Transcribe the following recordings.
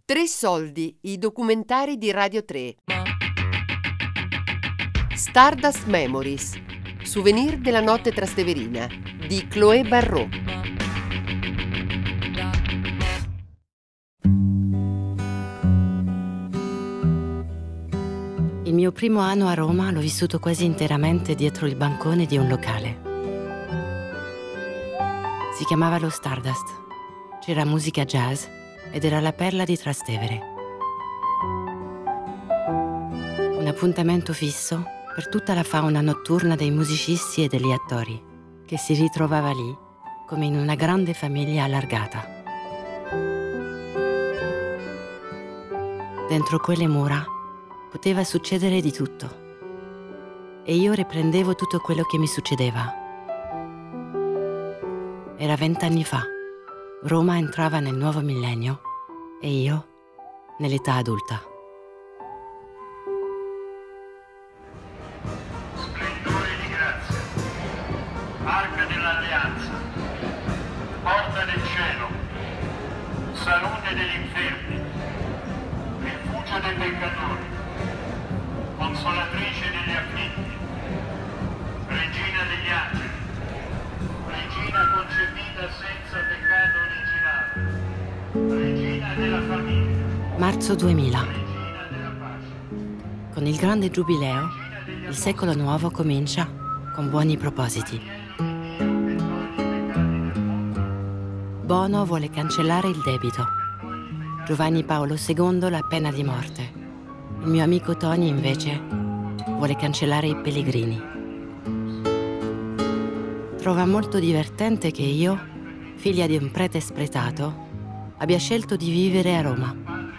Tre soldi, i documentari di Radio 3. Stardust Memories, souvenir della notte trasteverina di Chloé Barrault. Il mio primo anno a Roma l'ho vissuto quasi interamente dietro il bancone di un locale. Si chiamava lo Stardust. C'era musica jazz ed era la perla di Trastevere. Un appuntamento fisso per tutta la fauna notturna dei musicisti e degli attori, che si ritrovava lì come in una grande famiglia allargata. Dentro quelle mura poteva succedere di tutto. E io riprendevo tutto quello che mi succedeva. Era 20 anni fa. Roma entrava nel nuovo millennio e io nell'età adulta. Splendore di grazia, Arca dell'Alleanza, Porta del cielo, Salute degli infermi, Rifugio dei peccatori, Consolatrice degli afflitti, Regina degli angeli, Regina concepita senza peccato originale, Regina della famiglia. Marzo 2000. Regina della pace. Con il grande giubileo, il secolo nuovo comincia con buoni propositi. Bono vuole cancellare il debito. Giovanni Paolo II la pena di morte. Il mio amico Tony, invece, vuole cancellare i pellegrini. Trova molto divertente che io, figlia di un prete spretato, abbia scelto di vivere a Roma.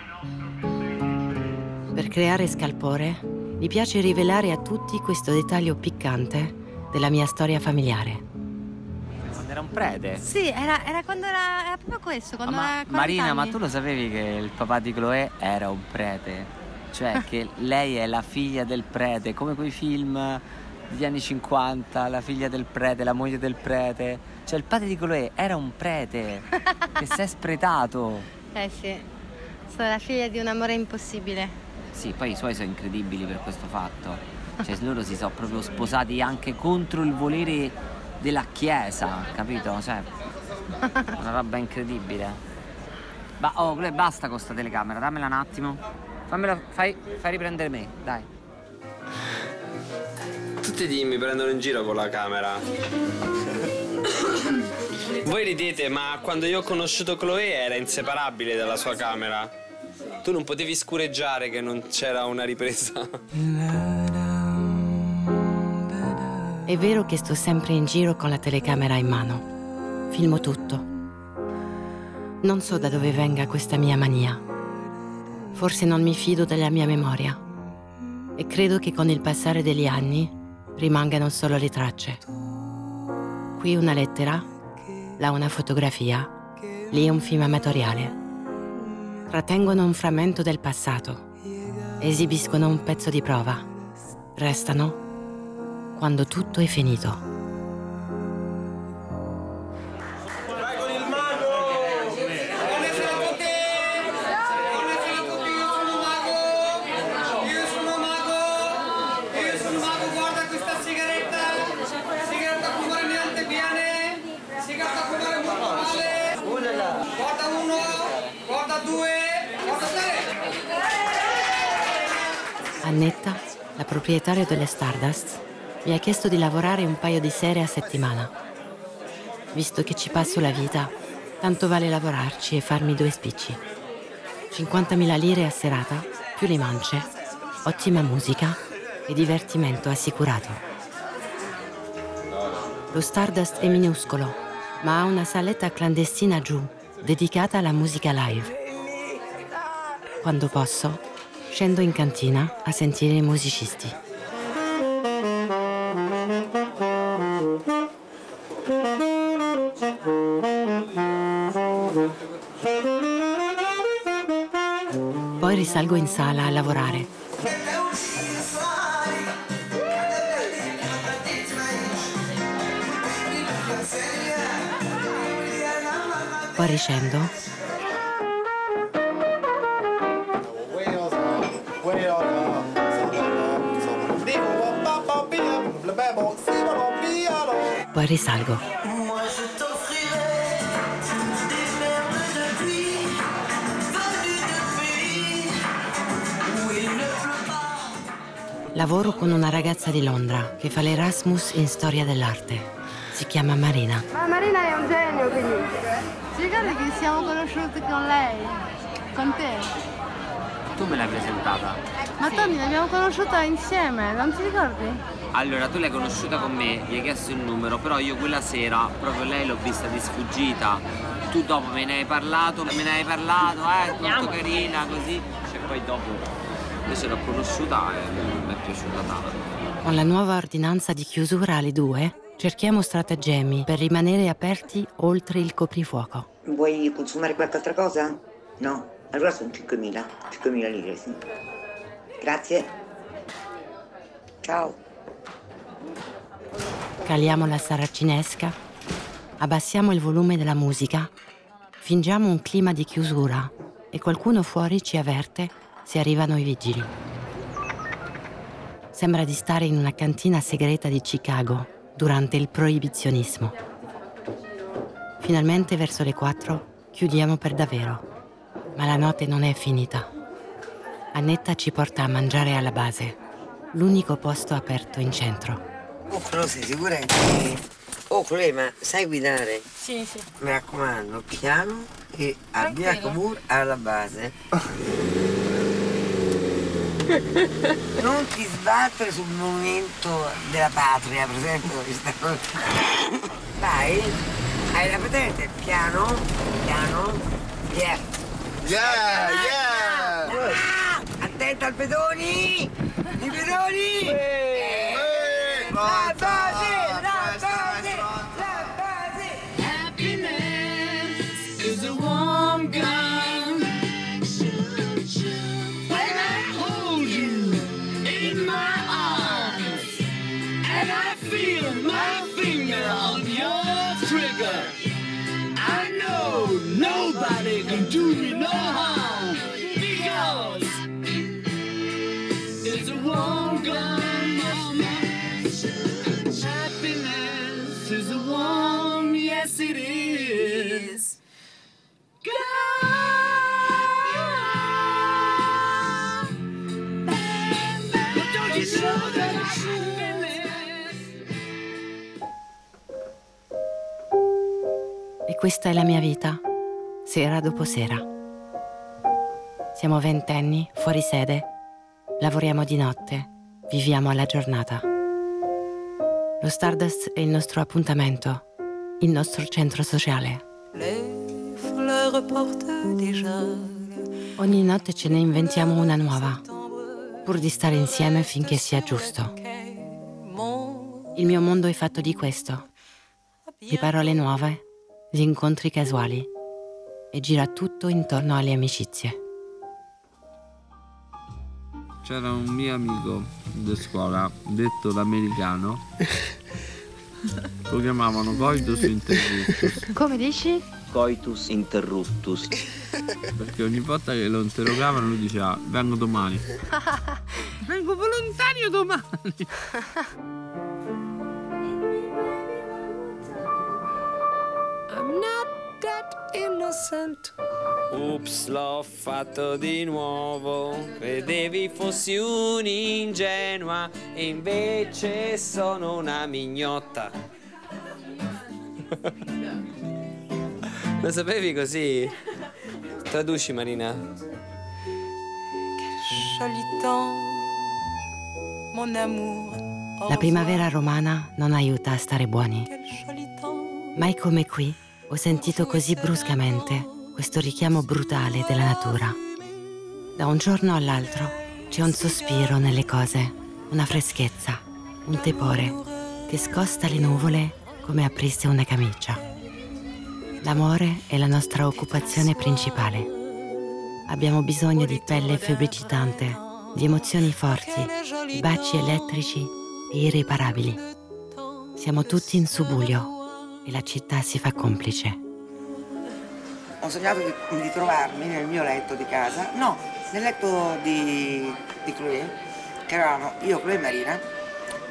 Per creare scalpore, mi piace rivelare a tutti questo dettaglio piccante della mia storia familiare. Quando era un prete? Sì, era quando era proprio questo, quando aveva 40 Marina, anni. ma tu lo sapevi che il papà di Chloé era un prete? Cioè che lei è la figlia del prete, come quei film degli anni 50, la figlia del prete, la moglie del prete. Cioè il padre di Chloé era un prete che si è spretato. Sì, sono la figlia di un amore impossibile. Sì, poi i suoi sono incredibili per questo fatto. Cioè loro si sono proprio sposati anche contro il volere della chiesa, capito? Cioè una roba incredibile. Ma Chloé, basta con sta telecamera, dammela un attimo. Fai riprendere me, dai. Tutti mi prendono in giro con la camera. Voi ridete, ma quando io ho conosciuto Chloé era inseparabile dalla sua camera. Tu non potevi scureggiare che non c'era una ripresa. È vero che sto sempre in giro con la telecamera in mano. Filmo tutto. Non so da dove venga questa mia mania. Forse non mi fido della mia memoria. E credo che con il passare degli anni rimangano solo le tracce. Qui una lettera, là una fotografia, lì un film amatoriale. Trattengono un frammento del passato, esibiscono un pezzo di prova, restano quando tutto è finito. Vai con il mago! Buonasera a tutti! Buonasera a tutti, io sono mago! Io sono mago! Io sono mago, guarda questa sigaretta! Sigaretta a fumare niente bene! Sigaretta a fumare molto male! Guarda uno! Guarda due! Guarda tre! Annetta, la proprietaria delle Stardust, mi ha chiesto di lavorare un paio di sere a settimana. Visto che ci passo la vita, tanto vale lavorarci e farmi 2 spicci. 50.000 lire a serata, più le mance, ottima musica e divertimento assicurato. Lo Stardust è minuscolo, ma ha una saletta clandestina giù, dedicata alla musica live. Quando posso, scendo in cantina a sentire i musicisti. Poi risalgo in sala a lavorare. Poi riscendo Poi risalgo. Lavoro con una ragazza di Londra che fa l'Erasmus in storia dell'arte. Si chiama Marina. Ma Marina è un genio, quindi. Ti ricordi che siamo conosciuti con lei? Con te? Tu me l'hai presentata. Ma Tony, l'abbiamo conosciuta insieme, non ti ricordi? Allora, tu l'hai conosciuta con me, gli hai chiesto il numero, però io quella sera, proprio lei l'ho vista di sfuggita. Tu dopo me ne hai parlato, molto carina, così. E poi dopo invece l'ho conosciuta e mi è piaciuta tanto. Con la nuova ordinanza di chiusura alle 2, cerchiamo stratagemmi per rimanere aperti oltre il coprifuoco. Vuoi consumare qualche altra cosa? No? Allora sono 5.000 lire, sì. Grazie. Ciao. Caliamo la saracinesca, abbassiamo il volume della musica, fingiamo un clima di chiusura e qualcuno fuori ci avverte se arrivano i vigili. Sembra di stare in una cantina segreta di Chicago durante il proibizionismo. Finalmente verso le 4 chiudiamo per davvero, ma la notte non è finita. Annetta ci porta a mangiare alla base, l'unico posto aperto in centro. Oh, Clo, sei sicura che... Oh, Clo, ma sai guidare? Sì, sì. Mi raccomando, piano e abbia Cavour alla base. Non ti sbattere sul monumento della patria, per esempio. Vai, hai la patente, piano, via. Attenta al pedoni! I pedoni! La base! Happiness is a warm gun. When I hold you in my arms and I feel my finger on your trigger, I know nobody can do me no harm because it's a warm gun, mama. Happiness is a warm, yes it is. But don't you know that happiness? E questa è la mia vita, sera dopo sera. Siamo ventenni, fuori sede, lavoriamo di notte, viviamo alla giornata. Lo Stardust è il nostro appuntamento, il nostro centro sociale. Ogni notte ce ne inventiamo una nuova, pur di stare insieme finché sia giusto. Il mio mondo è fatto di questo, di parole nuove, di incontri casuali, e gira tutto intorno alle amicizie. C'era un mio amico di scuola, detto l'americano, lo chiamavano coitus interruptus. Come dici? Coitus interruptus. Perché ogni volta che lo interrogavano lui diceva vengo domani. Vengo volontario domani. I'm not that innocent. Ups, l'ho fatto di nuovo. Credevi fossi un'ingenua e invece sono una mignotta. Lo sapevi così? Traduci, Marina. La primavera romana non aiuta a stare buoni. Mai come qui ho sentito così bruscamente questo richiamo brutale della natura. Da un giorno all'altro c'è un sospiro nelle cose, una freschezza, un tepore che scosta le nuvole come aprisse una camicia. L'amore è la nostra occupazione principale. Abbiamo bisogno di pelle febbricitante, di emozioni forti, di baci elettrici e irreparabili. Siamo tutti in subbuglio e la città si fa complice. Ho sognato di trovarmi nel mio letto di casa, no, nel letto di Chloé, che eravamo io, Chloé e Marina,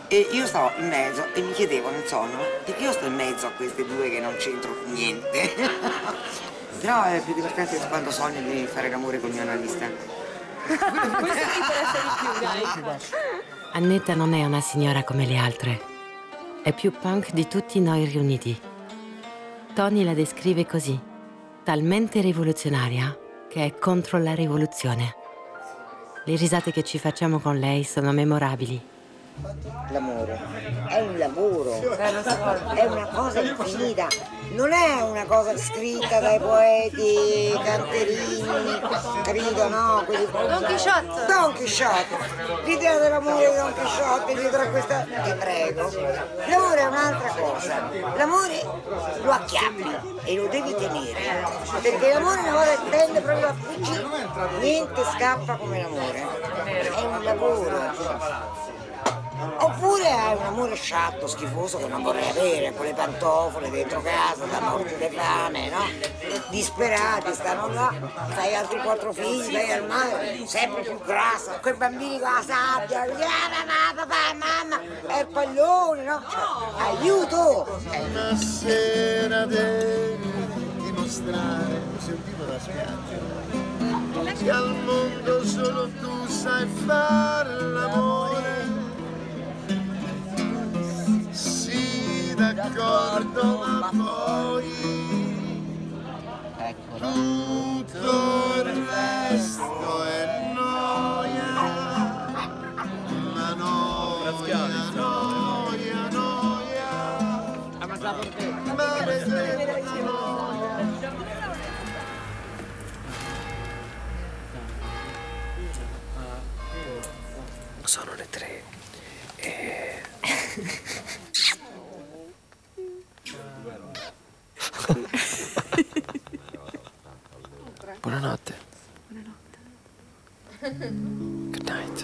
E io stavo in mezzo e mi chiedevo nel sonno, perché io sto in mezzo a queste due che non c'entro niente. Però è più divertente quando sogno di fare l'amore col mio analista. Questo mi interessa di più, dai. Annetta non è una signora come le altre. È più punk di tutti noi riuniti. Tony la descrive così, talmente rivoluzionaria che è contro la rivoluzione. Le risate che ci facciamo con lei sono memorabili. L'amore è un lavoro, è una cosa infinita, non è una cosa scritta dai poeti, canterini, capito, no? Don Chisciotte! Don Chisciotte! L'idea dell'amore di Don Chisciotte dietro a questa... Ti prego! L'amore è un'altra cosa, l'amore lo acchiappi e lo devi tenere, perché l'amore una volta che tende proprio a fuggire, niente scappa come l'amore, è un lavoro. Oppure hai un amore sciatto, schifoso, che non vorrei avere, con le pantofole dentro casa, da morte di fame, no? Disperati stanno là, fai altri 4 figli, vai al mare, sempre più grassa, quei bambini con la sabbia, papà, mamma, e il pallone, no? Cioè, aiuto! Una sera devi dimostrare, sentivo la spiaggia, che al mondo solo tu sai fare l'amore. D'accordo, ma poi tutto il resto è noia, ma noia, maledetta noia. Sono le 3 e... Buonanotte. Good night.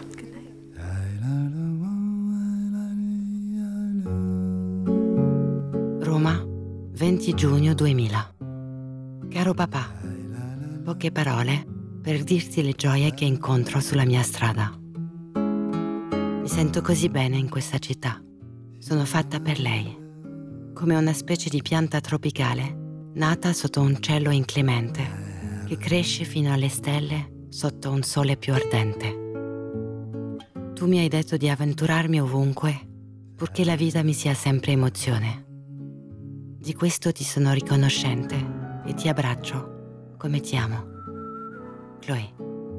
Roma, 20 giugno 2000. Caro papà, poche parole per dirti le gioie che incontro sulla mia strada. Mi sento così bene in questa città. Sono fatta per lei, come una specie di pianta tropicale nata sotto un cielo inclemente, che cresce fino alle stelle sotto un sole più ardente. Tu mi hai detto di avventurarmi ovunque, purché la vita mi sia sempre emozione. Di questo ti sono riconoscente e ti abbraccio come ti amo. Chloe.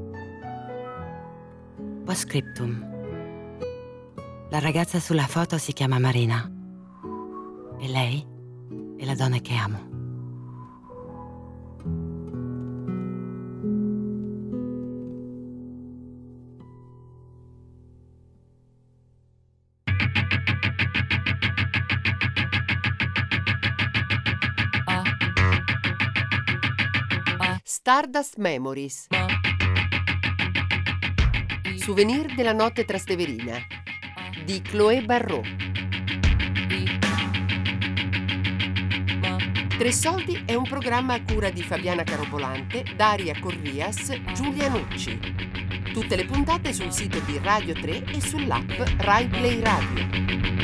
Postscriptum. La ragazza sulla foto si chiama Marina e lei è la donna che amo. Stardust Memories. Souvenir della notte trasteverina di Chloé Barrault. Tre Soldi è un programma a cura di Fabiana Carobolante, Daria Corrias, Giulia Nucci. Tutte le puntate sul sito di Radio 3 e sull'app Rai Play Radio.